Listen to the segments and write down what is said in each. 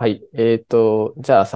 はい。じゃあ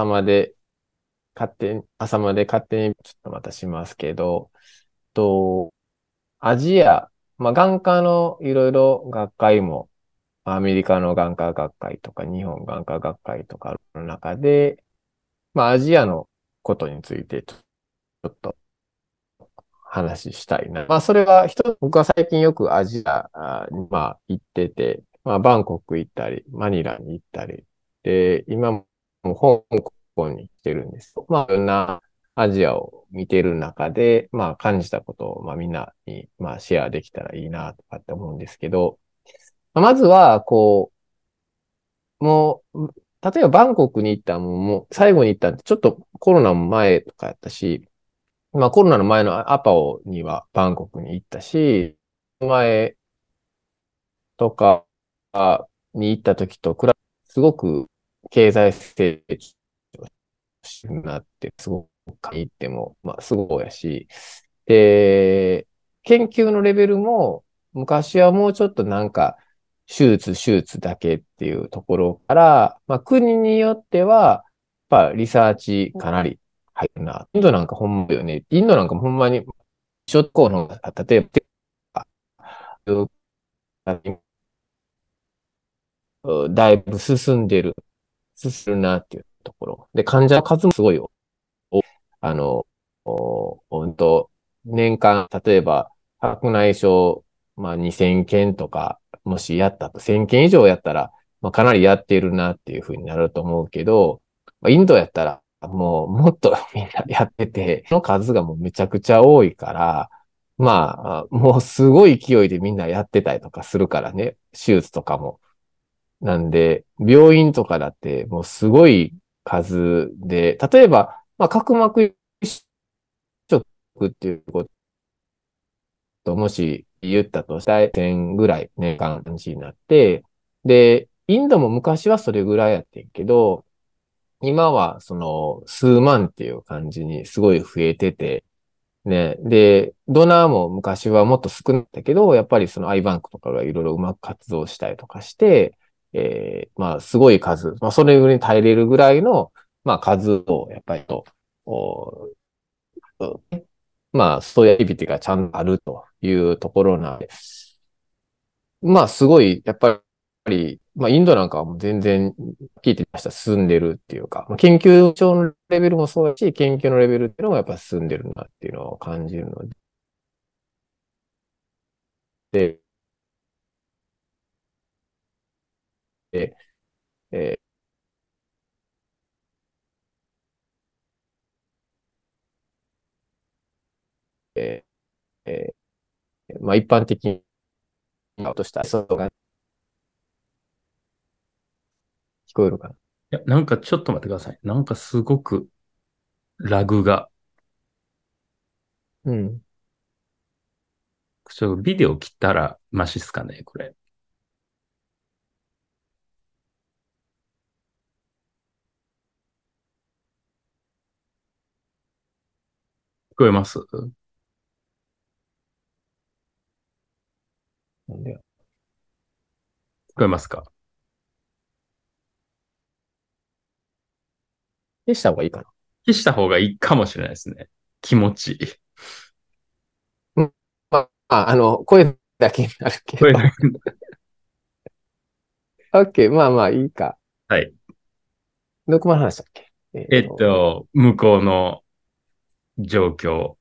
朝まで勝手にちょっとまたしますけど、と、アジア、まあ、眼科のいろいろ学会も、アメリカの眼科学会とか日本眼科学会とかの中で、まあ、アジアのことについてちょっと話したいな。まあ、それは僕は最近よくアジアに、まあ、行ってて、まあ、バンコク行ったり、マニラに行ったり、で、今も香港に来てるんですよ。まあ、いろんなアジアを見てる中で、まあ、感じたことを、まあ、みんなに、まあ、シェアできたらいいな、とかって思うんですけど、まずは、もう、例えばバンコクに行ったもう最後に行ったってちょっとコロナも前とかやったし、まあコロナの前のアパオにはバンコクに行ったし、前とかに行った時と比べ、すごく経済成長になって、すごく行っても、まあすごいやし、で、研究のレベルも昔はもうちょっとなんか、手術だけっていうところから、まあ国によっては、やっぱリサーチかなり入るな。インドなんかほんまよね。インドなんかほんまに小学校の、例えば、だいぶ進んでるなっていうところ。で、患者の数もすごいよ。あの、本当年間、例えば、白内障、まあ、2000件とか、もしやったと、1000件以上やったら、まあ、かなりやっているなっていうふうになると思うけど、まあ、インドやったら、もう、もっとみんなやってて、その数がもうめちゃくちゃ多いから、まあ、もうすごい勢いでみんなやってたりとかするからね、手術とかも。なんで、病院とかだってもうすごい数で、例えば、まあ、角膜移植っていうことをもし言ったとしたら、1000ぐらい年間になって、で、インドも昔はそれぐらいやってんけど、今はその数万っていう感じにすごい増えてて、ね。で、ドナーも昔はもっと少なかったけど、やっぱりその i バンクとかがいろいろうまく活動したりとかして、まあ、すごい数、まあ、それに耐えれるぐらいの、まあ、数を、やっぱりおまあ、そういうアクティビティがちゃんとあるというところなんで、まあ、すごい、やっぱり、まあ、インドなんかはもう全然、聞いてました、進んでるっていうか、まあ、研究上のレベルもそうだし、研究のレベルっていうのもやっぱ進んでるなっていうのを感じるので、えーえまあ一般的にとしたそうが聞こえるかな。 いや、なんかちょっと待ってください。なんかすごくラグが。 うん。 ビデオ切ったらマシっすかね、これ。聞こえます？聞なんで、 こえますか？ 消した方がいいかな。 消した方がいいかもしれないですね。気持ち。 うん。声だけになるけこれ、 ど。OK。まあまあいいか。 はい。 どこまで話したっけ？ 向こうの状況。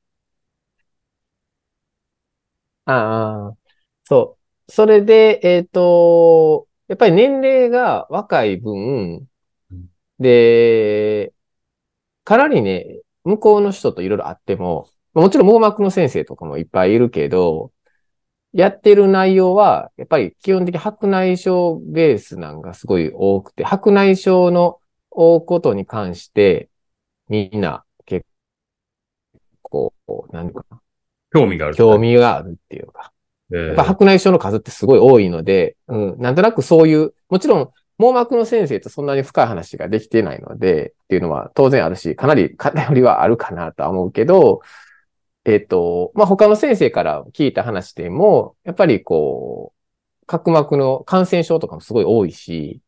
ああ、そう。それで、やっぱり年齢が若い分、で、かなりね、向こうの人といろいろあっても、もちろん網膜の先生とかもいっぱいいるけど、やってる内容は、やっぱり基本的に白内障ベースなんがすごい多くて、白内障のことに関して、みんな結構、なんか、 興味があるって興感じ。 味があるっていうか、やっぱえ白内障の数ってすごい多いので、なんとなくそういう、もちろん網膜の先生とそんなに深い話ができていないので、っていうのは当然あるし、かなり偏りはあるかなとは思うけど、まあ、他の先生から聞いた話でも、やっぱり角膜の感染症とかもすごい多いし、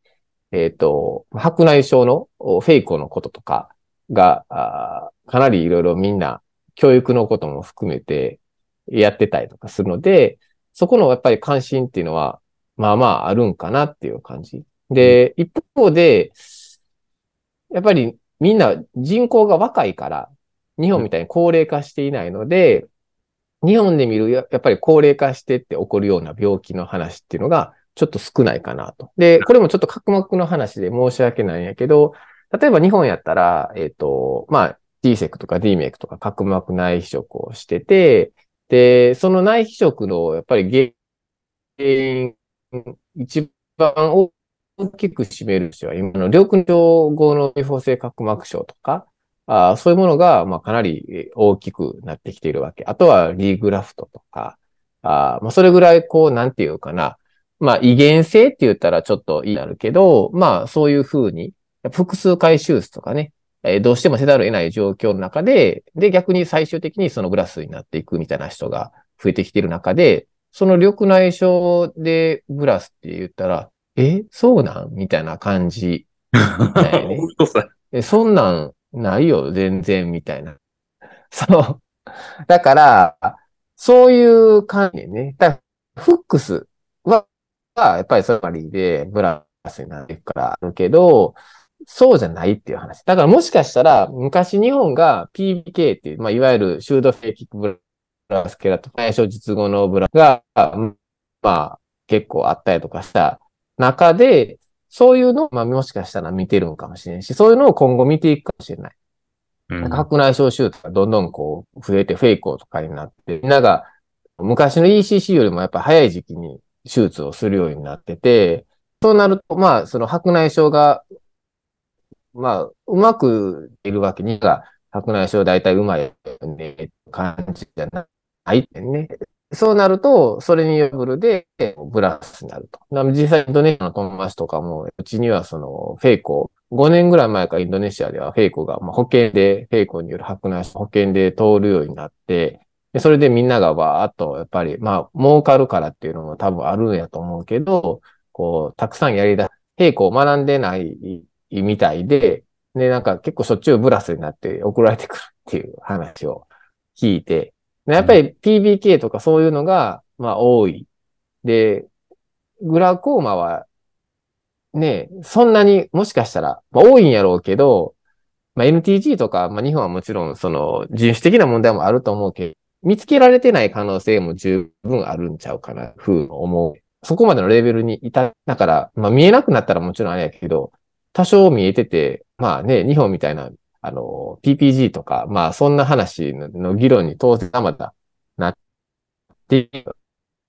白内障のフェイコのこととかが、かなりいろいろみんな教育のことも含めてやってたりとかするので、そこのやっぱり関心っていうのは、まあまああるんかなっていう感じ。 うんで、一方で、やっぱりみんな人口が若いから、日本みたいに高齢化していないので、日本で見るやっぱり高齢化してって起こるような病気の話っていうのがちょっと少ないかなと。で、これもちょっと角膜の話で申し訳ないんやけど、例えば日本やったら、まあ、DSEC とか DMEC とか角膜内皮食をしてて、で、その内皮食のやっぱり原因、一番大きく占める人は、今の緑内障後の未補正角膜症とか、そういうものが、まあ、かなり大きくなってきているわけ。あとは、リーグラフトとか、まあ、それぐらい、こう、なんていうかな。まあ、遺伝性って言ったらちょっといいなるけど、まあ、そういうふうに、複数回手術とかね、どうしてもせざるを得ない状況の中で、で、逆に最終的にそのブラスになっていくみたいな人が増えてきている中で、その緑内障でブラスって言ったら、そうなんみたいな感じなんやね。 本当さ。 そんなんないよ、全然、みたいな。そう。だから、そういう感じでね。だからフックスやっぱりそれまりでブラスになっていくからあるけど、そうじゃないっていう話。だからもしかしたら、昔日本が PBK っていう、まあ、いわゆるシュードフェイキックブラスケラと内緒術後のブラが、まあ、結構あったりとかした中で、そういうのを、まあ、もしかしたら見てるんかもしれんし、そういうのを今後見ていくかもしれない。 うん。 白内障手術がどんどんこう増えてフェイコーとかになって、みんなが昔の ECC よりもやっぱ早い時期に手術をするようになってて、そうなると、まあ、その白内障が、まあ、うまくいるわけにが、白内障大体うまいね、感じじゃないってね。そうなると、それによるブルでブラスになると。実際インドネシアの友達とかも、うちにはそのフェイコー、5年ぐらい前からインドネシアではフェイコーが、まあ、保険で、フェイコーによる白内障保険で通るようになって、で、それでみんながわーっと、やっぱり、まあ、儲かるからっていうのも多分あるんやと思うけど、こう、たくさんやりだ、フェイコーを学んでないみたいで、で、なんか結構しょっちゅうブラスになって送られてくるっていう話を聞いて、でやっぱり PBK とかそういうのが、まあ多い。で、グラコーマはね、そんなにもしかしたら、まあ多いんやろうけど、まあ NTG とか、まあ日本はもちろんその人種的な問題もあると思うけど、見つけられてない可能性も十分あるんちゃうかな、ふうに思う。そこまでのレベルにだから、まあ見えなくなったらもちろんあれやけど、多少見えてて、まあね、日本みたいな、PPG とか、まあそんな話の議論に当然まだなっている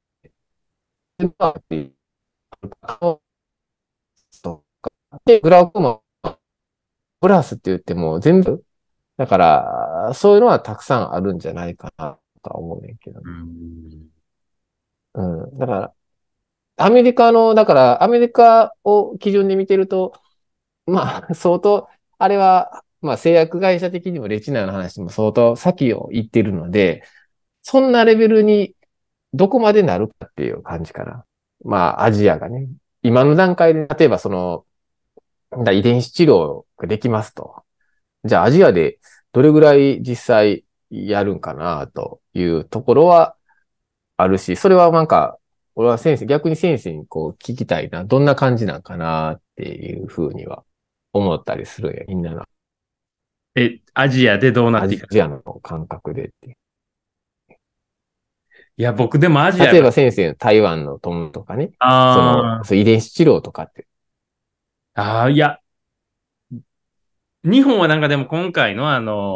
とか。で、グラコマプラスって言っても全部、だから、そういうのはたくさんあるんじゃないかなとは思うねんけどうね。 ん。 うん。だから、だからアメリカを基準で見てると、まあ、相当、あれは、まあ、製薬会社的にもレチナの話も相当先を言ってるので、そんなレベルにどこまでなるかっていう感じかな。まあ、アジアがね。今の段階で、例えばその、遺伝子治療ができますと。じゃあアジアでどれぐらい実際やるんかなというところはあるし、それはなんか、俺は逆に先生にこう聞きたいな。どんな感じなんかなっていうふうには思ったりするんや。みんながアジアでどうなっアていく？ ジアの感覚でって。 いや、僕でもアジアが、 例えば先生の台湾の友とかね、 あそう遺伝子治療とかって。 いや、日本はなんかでも今回の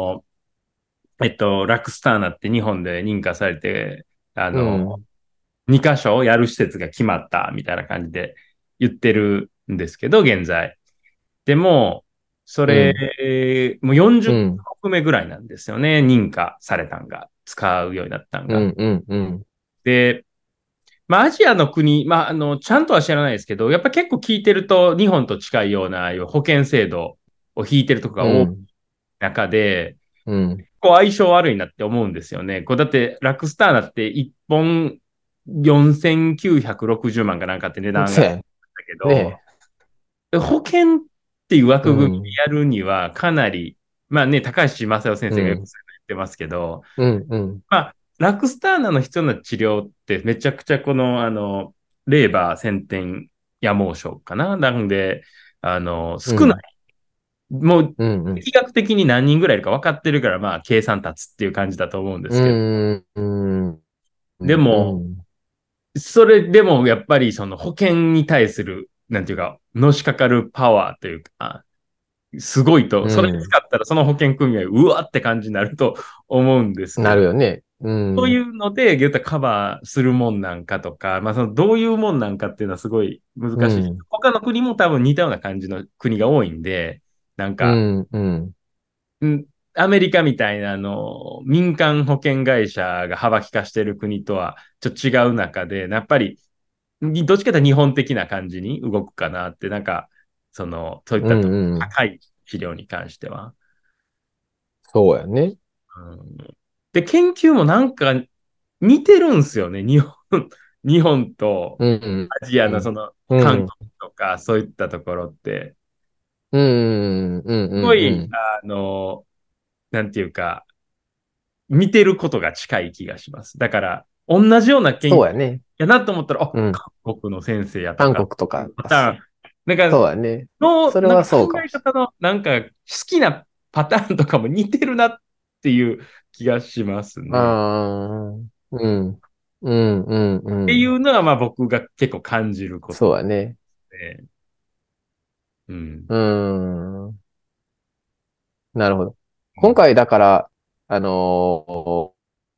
ラクスターナって日本で認可されて、あうの、 ん、 2箇所やる施設が決まったみたいな感じで言ってるんですけど、現在。でも、それ、 うん、 もう40 うん、 国目ぐらいなんですよね。認可されたんが、使うようになったんが。 うん、うん、うん、 で、まあ、アジアの国、まあ、ちゃんとは知らないですけど、やっぱ結構聞いてると、日本と近いような、ああいう保険制度を引いてるところが多いうん、 中で、 うん。 こう相性悪いなって思うんですよね。こうだって、ラクスターナって1本4960万かなんかって値段があったそうやけど、 ね。 保険っていう枠組みでうん。 やるにはかなり、まあね、高橋正夫先生がよくうん。 そういうの言ってますけど、 うん。うん。 まあ、ラクスターナの必要な治療ってめちゃくちゃレーバー先天野毛症かな。なんで、少ない。 うん。 もう、 うん。うん。 疫学的に何人ぐらいいるか分かってるから、まあ、計算立つっていう感じだと思うんでうすけど。 ん。うん。うん。うでも、 ん。 それでもやっぱりその保険に対する、なんていうか、のしかかるパワーというか、すごいと、それ使ったらその保険組合、うわって感じになると思うんですけなど、 るよね。うそういん。 うので、言ったらカバーするもんなんかとか、まあそのどういうもんなんかっていうのはすごい難しいし。 うん。 他の国も多分似たような感じの国が多いんで、なんか、 うん。うん。 んアメリカみたいな民間保険会社が幅利かしてる国とはちょっと違う中で、やっぱりどっちかというと日本的な感じに動くかなって、なんか、そういっうたん。うん。 高い治療に関しては。 そうやね。 うん、で、研究もなんか似てるんですよね。日本とうん。 アジアうん。 のそのうん。 韓国とかそういったところって、 うん。うん。うん。うすごい、 ん。 なんていうか、見てることが近い気がします。だから、同じような研究そうやね。 やなと思ったら、あ、 うん。 韓国の先生やと韓か、 国とか、 パターン、なんか、 そうやね。それはなんか考そうかもしえ方の、なんか好きなパターンとかも似てるなっていう気がしますれない。 ね。っああ、うん。うん。うん。うていん。 うのは、まあ僕が結構感じることそうやね。 で、うん。 うーん。なるほど。 うん。 今回だから、あの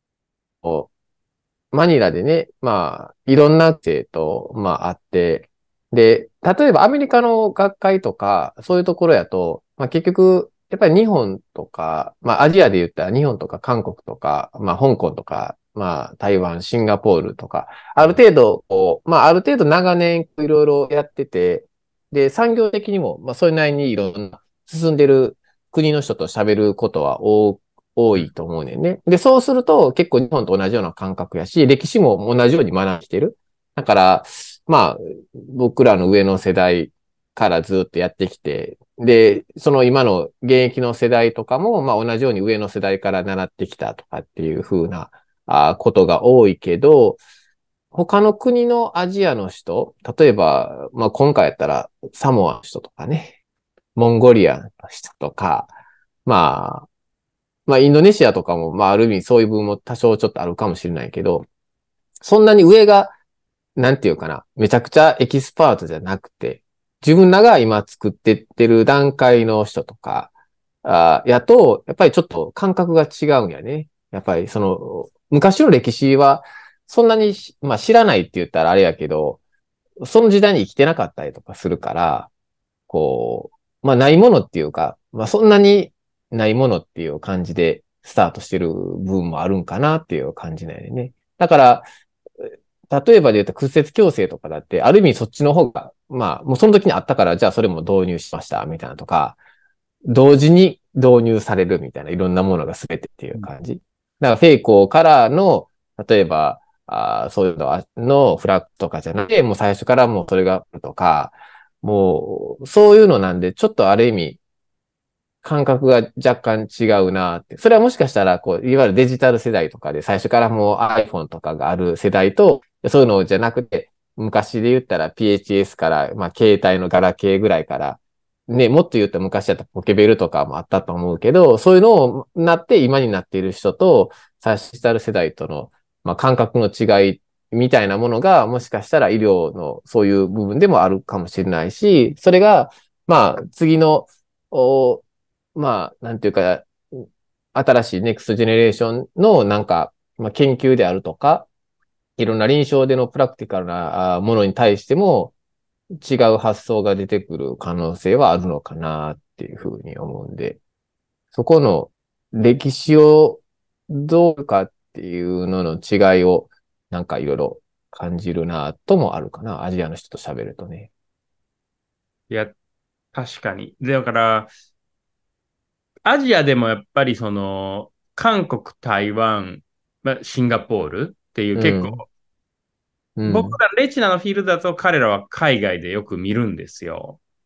マニラでね、まあ、いろんな生徒、まあ、あって、で、例えばアメリカの学会とか、そういうところやと、まあ結局、やっぱり日本とか、まあアジアで言ったら日本とか韓国とか、まあ香港とか、まあ台湾、シンガポールとか、ある程度、こうまあある程度長年いろいろやってて、で、産業的にも、まあそれなりにいろんな進んでる国の人と喋ることは多いと思うねんね。で、そうすると結構日本と同じような感覚やし、歴史も同じように学んできてる。だから、まあ、僕らの上の世代からずっとやってきて、で、その今の現役の世代とかも、まあ同じように上の世代から習ってきたとかっていう風なことが多いけど、他の国のアジアの人、例えば、まあ今回やったらサモアの人とかね、モンゴリアの人とか、まあ、まあ、インドネシアとかも、まあ、ある意味そういう部分も多少ちょっとあるかもしれないけど、そんなに上が、なんていうかな、めちゃくちゃエキスパートじゃなくて、自分らが今作ってってる段階の人とか、やと、やっぱりちょっと感覚が違うんやね。やっぱりその、昔の歴史は、そんなに、まあ知らないって言ったらあれやけど、その時代に生きてなかったりとかするから、こまあないものっていうか、まあそんなにないものっていう感じでスタートしてる部分もあるんかなっていう感じなんよね。だから、例えばで言うと屈折矯正とかだって、ある意味そっちの方が、まあもうその時にあったから、じゃあそれも導入しましたみたいなとか、同時に導入されるみたいないろんなものが全てっていう感じ。だからフェイコーからの、例えば、そういうのフラッグとかじゃなくて、もう最初からもうそれがとか、もう、そういうのなんで、ちょっとある意味、感覚が若干違うなって。それはもしかしたら、こう、いわゆるデジタル世代とかで、最初からもう iPhone とかがある世代と、そういうのじゃなくて、昔で言ったら PHS から、まあ、携帯のガラケーぐらいから、ね、もっと言うと昔だったらポケベルとかもあったと思うけど、そういうのをなって今になっている人と、最初デジタル世代との、まあ、感覚の違いみたいなものが、もしかしたら医療のそういう部分でもあるかもしれないし、それが、まあ、次の、まあ、なんていうか、新しいネクストジェネレーションのなんか、まあ、研究であるとか、いろんな臨床でのプラクティカルなものに対しても違う発想が出てくる可能性はあるのかなっていうふうに思うんで、そこの歴史をどうかっていうのの違いをなんかいろいろ感じるなともあるかな。アジアの人と喋るとね。 いや、確かに。だから、アジアでもやっぱり韓国、台湾、シンガポールっていう結構、 うん。うん。 僕らレチナのフィールドだと彼らは海外でよく見るんですよ。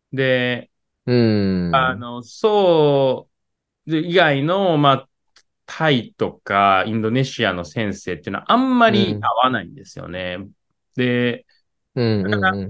で、 うん。 そう以外の、まあ、タイとかインドネシアの先生っていうのはあんまり合うん。 わないんですよね。で、 うん。うん。うん。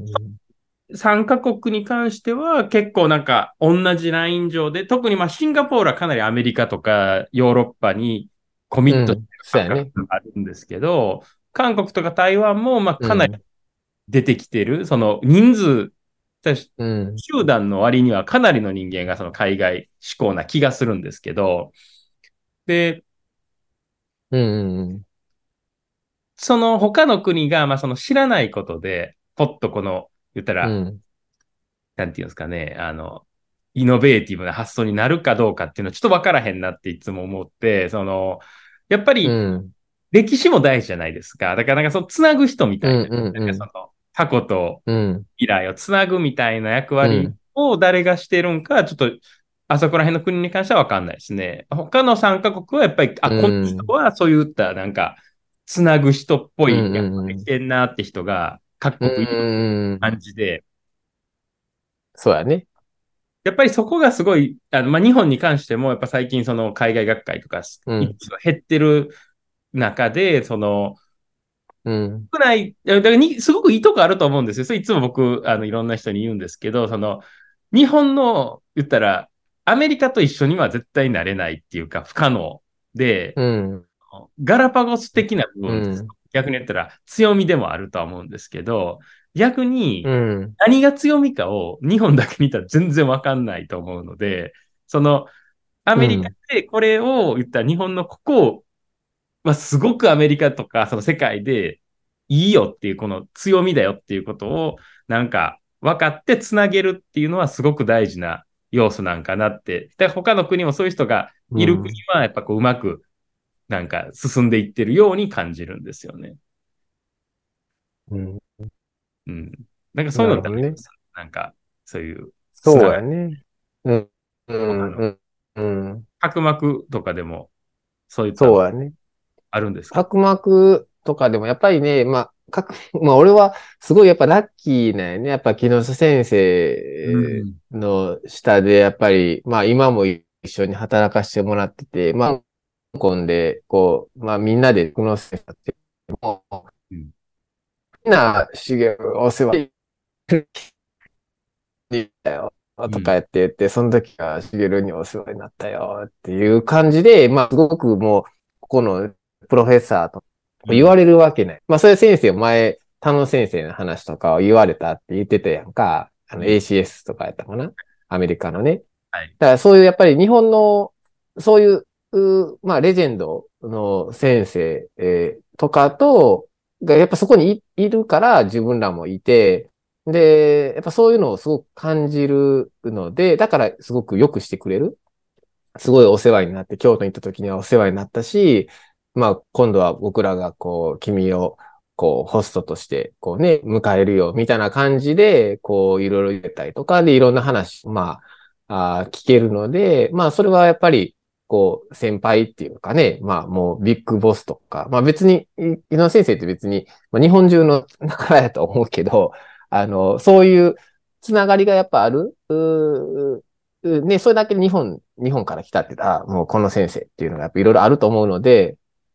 3カ国に関しては結構なんか同じライン上で、特にまあシンガポールはかなりアメリカとかヨーロッパにコミットしてうん。 る感覚そうやね。 があるんですけど、韓国とか台湾もまあかなりうん。 出てきてる、その人数、 うん。 集団の割にはかなりの人間がその海外志向な気がするんですけど、で、 うん。うん。 その他の国がまあその知らないことで、ポッとこの、言ったら、 うん。 なんていうんですかね、イノベーティブな発想になるかどうかっていうのはちょっとわからへんなっていつも思って、やっぱうりん。 歴史も大事じゃないですか。だからなんかそのつなぐ人みたいな、 うん。うん。 過去とうん。 未来をつなぐみたいな役割うん。 を誰がしてるんか、ちょっとあそこら辺の国に関してはわかんないですね。他の3カ国はやっぱり、あ、 うこの人ん。 はそういったなんか、つなぐ人っぽうい役割しん。 てんなって人がう各国いる感ん。 じで、 そうやね。 やっぱりそこがすごい、まあ、日本に関しても、やっぱ最近その海外学会とかうん。 一部減ってる中で、 うん。 国内、だからすごくいいとこあると思うんですよ。それいつも僕、いろんな人に言うんですけど、日本の、言ったら、アメリカと一緒には絶対なれないっていうか、不可能で、 うん。 ガラパゴス的な部分、 うん。 逆に言ったら強みでもあるとは思うんですけど、逆にうん。 何が強みかを日本だけ見たら全然わかんないと思うので、そのアメリカうん。 でこれを言ったら日本のここはすごくアメリカとかその世界でいいよっていうこの強みだよっていうことをなんか分かってつなげるっていうのはすごく大事な要素なんかなって。で、他の国もそういう人がいる国うん。 はやっぱこううまくなんか進んでいってるように感じるんですよね。 うん。 うん。なんかそういうのってなるほどね。 あります？なんかそういうつなそうがりやね。うん。うとかん。うん。うん。 角膜とかでもそういったのそうやね。 あるんですか？ 角膜とかでもやっぱりね、まあ、まあ俺はすごいやっぱラッキーなんやね。やっぱ木下先生うん。 の下でやっぱり、まあ今も一緒に働かせてもらってて、まあ、香港でこう、まあみんなで木下先生ってもう、 うん。 みんな修行お世話にたよ。 うん。 とかやって言って、その時はしげるにお世話になったよっていう感じで、まあすごくもう、ここのプロフェッサーとうん。 言われるわけない。まあそういう先生、前、田野先生の話とかを言われたって言ってたやんか。 うん。 ACS とかやったかな。アメリカのね。 はい。 だからそういうやっぱり日本の、そういう、まあレジェンドの先生、とかと、やっぱそこにいるから自分らもいて、で、やっぱそういうのをすごく感じるので、だからすごく良くしてくれる。すごいお世話になって、京都に行った時にはお世話になったし、まあ今度は僕らがこう、君をこう、ホストとして、こうね、迎えるよ、みたいな感じで、こう、いろいろ言ったりとか、で、いろんな話、まあ、聞けるので、まあそれはやっぱり、こう、先輩っていうかね、まあもうビッグボスとか、まあ別に、井上先生って別に、まあ、日本中の仲やと思うけど、そういうつながりがやっぱある。ね、それだけ日本から来たって言ったら、もうこの先生っていうのがやっぱいろいろあると思うので、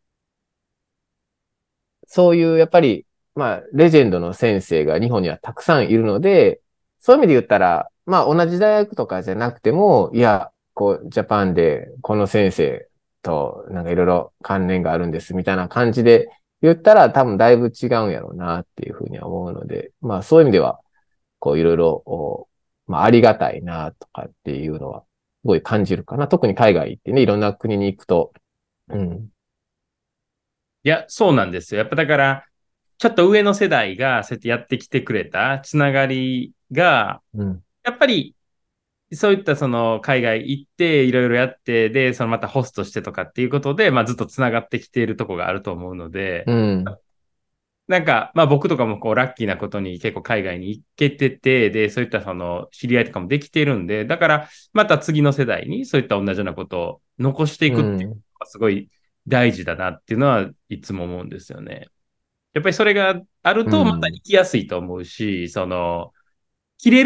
そういうやっぱり、まあ、レジェンドの先生が日本にはたくさんいるので、そういう意味で言ったら、まあ同じ大学とかじゃなくても、いや、こう、ジャパンでこの先生となんかいろいろ関連があるんですみたいな感じで言ったら多分だいぶ違うんやろうなっていうふうには思うので、まあそういう意味では、こういろいろ、まあありがたいなとかっていうのは、すごい感じるかな。特に海外行ってね、いろんな国に行くと、うん、 いや、そうなんですよ。やっぱだから、ちょっと上の世代がそうやってやってきてくれたつながりが、 うん、 やっぱりそういったその海外行っていろいろやって、で、そのまたホストしてとかっていうことで、まあずっとつながってきているところがあると思うので、 うん、 なんか、まあ僕とかもこうラッキーなことに結構海外に行けてて、で、そういったその知り合いとかもできてるんで、だからまた次の世代にそういった同じようなことを残していくっていううん、 のがすごい大事だなっていうのはいつも思うんですよね。やっぱりそれがあるうとまたん、 行きやすいと思うし、切れる。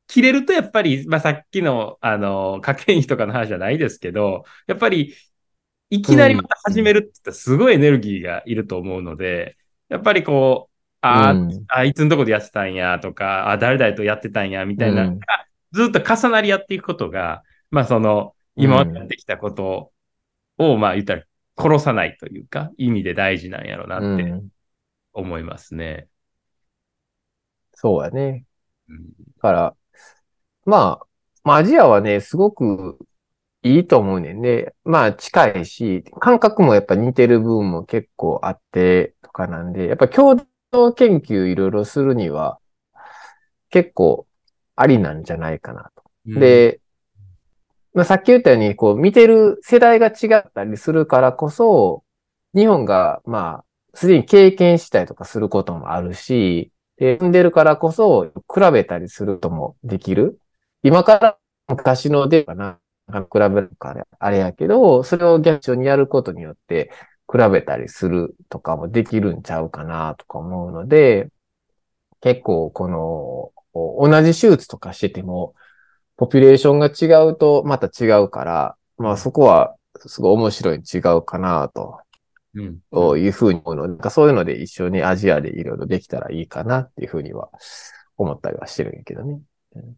切れるとやっぱり、まあ、さっきの、家計費とかの話じゃないですけど、やっぱり、いきなりまうん、 た始めるって言ったらすごいエネルギーがいると思うので、やっぱりこう、 うん、 いつのとこでやってたんやとか、誰々とやってたんやみたいな、 うん、 ずっと重なりやっていくことが、まあその、今までやっうん、 てきたことを、まあ言ったら殺さないというか、意味で大事なんやろうなってうん。 思いますね。 そうやね。 うん。 だから、まあ、まあ、アジアはね、すごくいいと思うねんで、まあ、近いし、感覚もやっぱ似てる部分も結構あってとかなんで、やっぱ共同研究いろいろするには結構ありなんじゃないかなと。 うん。 で、まあ、さっき言ったように、こう、見てる世代が違ったりするからこそ、日本が、まあ、すでに経験したりとかすることもあるし、で、住んでるからこそ、比べたりすることもできる。今から昔のでは比べるからあれやけど、それを逆にやることによって、比べたりするとかもできるんちゃうかなとか思うので、結構、同じ手術とかしてても、ポピュレーションが違うとまた違うから、まあうん。 そこはすごい面白いに違うかなうん。うん。 というふうに思うので、なんかそういうので一緒にアジアでいろいろできたらいいかなっていうふうには思ったりはしてるんやけどね。うん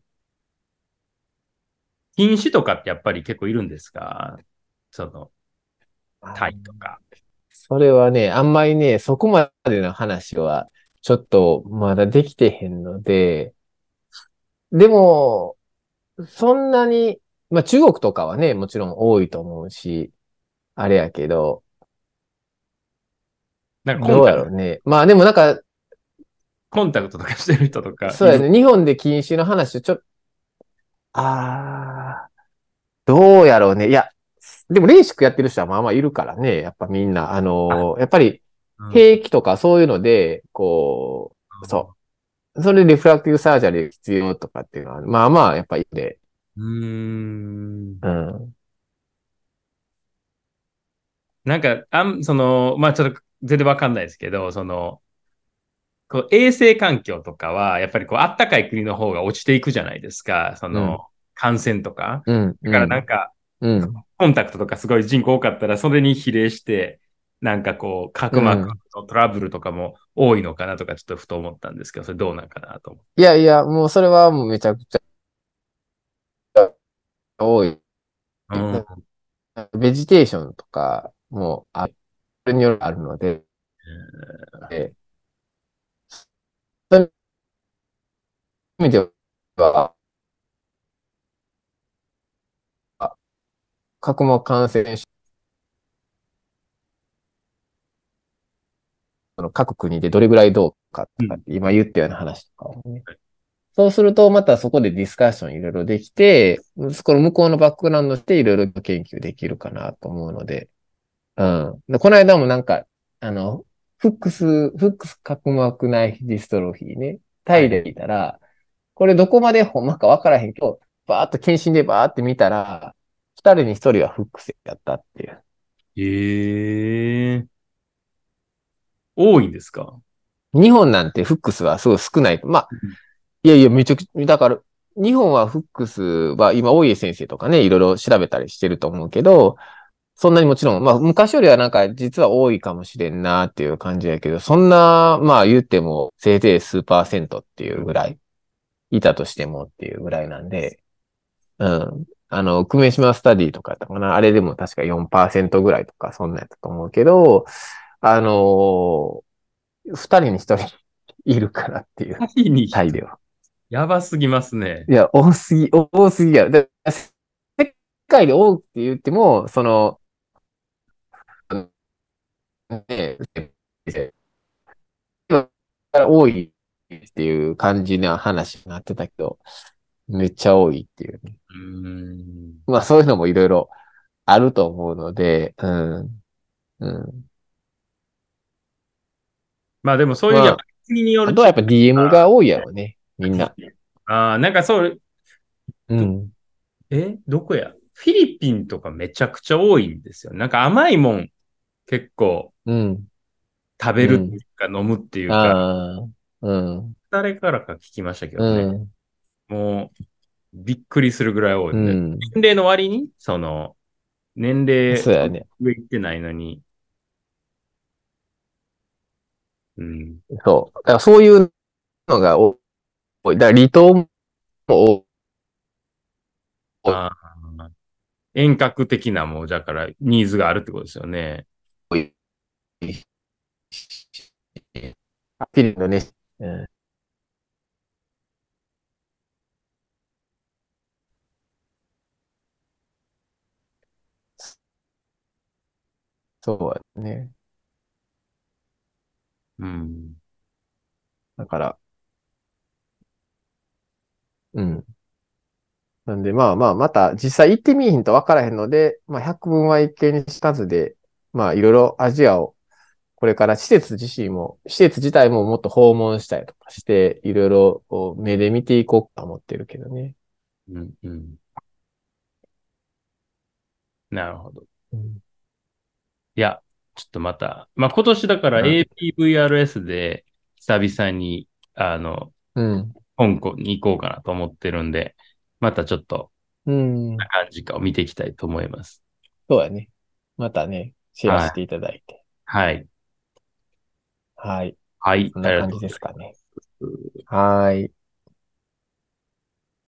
禁止とかってやっぱり結構いるんですか？その、タあイとか。 それはね、あんまりね、そこまでの話はちょっとまだできてへんので、でも、そんなに、まあ中国とかはね、もちろん多いと思うし、あれやけど、 なんかどうやろうね。まあでもなんか、 コンタクトとかしてる人とかいる。 そうやね。日本で禁止の話、ああ、どうやろうね。いや、でもレーシックやってる人はまあまあいるからね。やっぱみんな、 あ、 やっぱり、 うん。 兵役とかそういうので、こう、そう。それでリフラクティブサージャリー必要とかっていうのは、まあまあ、やっぱりで、 うーん。 うん。 なんか、まあちょっと全然わかんないですけど、こう衛生環境とかは、やっぱりこう、あったかい国の方が落ちていくじゃないですか。 うん、 感染とか。 うん、 だからなんうん、 か、 うん、 コンタクトとかすごい人口多かったら、それに比例して、なんかこう、角膜うん。 のトラブルとかも多いのかなとか、ちょっとふと思ったんですけど、それどうなんかなと思いやいや、もうそれはもうめちゃくちゃ多い。 う。うん。 ベジテーションとかもそれによるあるので、そういう意味では、角膜感染症の各国でどれぐらいどうかうん。 とかって今言ったような話とかをね。そうすると、またそこでディスカッションいろいろできて、この向こうのバックグラウンドしていろいろ研究できるかなと思うので、うん。で、この間もなんか、あの、フックス角膜内皮ディストロフィーね、タはい。 イで見たら、これどこまでほんまかわからへんけど、バーっと検診でバーって見たら、二人に一人はフックスやったっていう。 ええ、多いんですか？ 日本なんてフックスはすごい少ない。まあ、 うん。 いやいや、めちゃくちゃ、だから、日本はフックスは今、大家先生とかね、いろいろ調べたりしてると思うけど、そんなにもちろん、まあ、昔よりはなんか、実は多いかもしれんなっていう感じやけど、そんな、まあ言っても、せいぜい数パーセントっていうぐらい、いたとしてもっていうぐらいなんで、うん。久米島スタディとかやったかな、あれでも確か4%ぐらいとか、そんなんやったと思うけど、あの二人に一人いるからっていう、 タイに人、 タイでは。 やばすぎますね。 いや、多すぎやろ。世界で多くって言っても、ね、多いっていう感じな話になってたけど、めっちゃ多いっていうね。 うーん。 まあそういうのもいろいろあると思うので、うん、うん。 まあでもそういうやっぱま国によあ、 る違いあとはやっぱ DM が多いやろね、みんな。 なんかそう、ど、 うん、 どこやフィリピンとかめちゃくちゃ多いんですよ。なんか甘いもん結構うん、 食べるっていうん。 うか飲むっていうか、 ああ、うん、 誰からか聞きましたけどね。 うん。 もう、びっくりするぐらい多いうね。 ん。 年齢の割に、年齢、 そうやね。 上行ってないのに、うん。 そう。だからそういうのが多い。だから離島も多ああ、遠隔的なもう、だから、ニーズがあるってことですよね。 い。フィリピンのね。うん、そうやね。 うん。 だから、うん。なんで、まあまあ、また実際行ってみいひんと分からへんので、まあ、百聞は一見にしかずで、まあ、いろいろアジアを、これから施設自体ももっと訪問したりとかして、いろいろこう目で見ていこうと思ってるけどね。 うん。うん。なるほど。 うん。 いや、ちょっとまた、まあ、今年だからはい。 APVRS で久々に、 うん。 香港に行こうかなと思ってるんで、またちょっと、 うん。 何感じかを見ていきたいと思います。 そうやね。またね、シェアはい。 していただいて。 はい。 はい。 はい。 そんありがな感じでとうございすかね。 ます。 はい。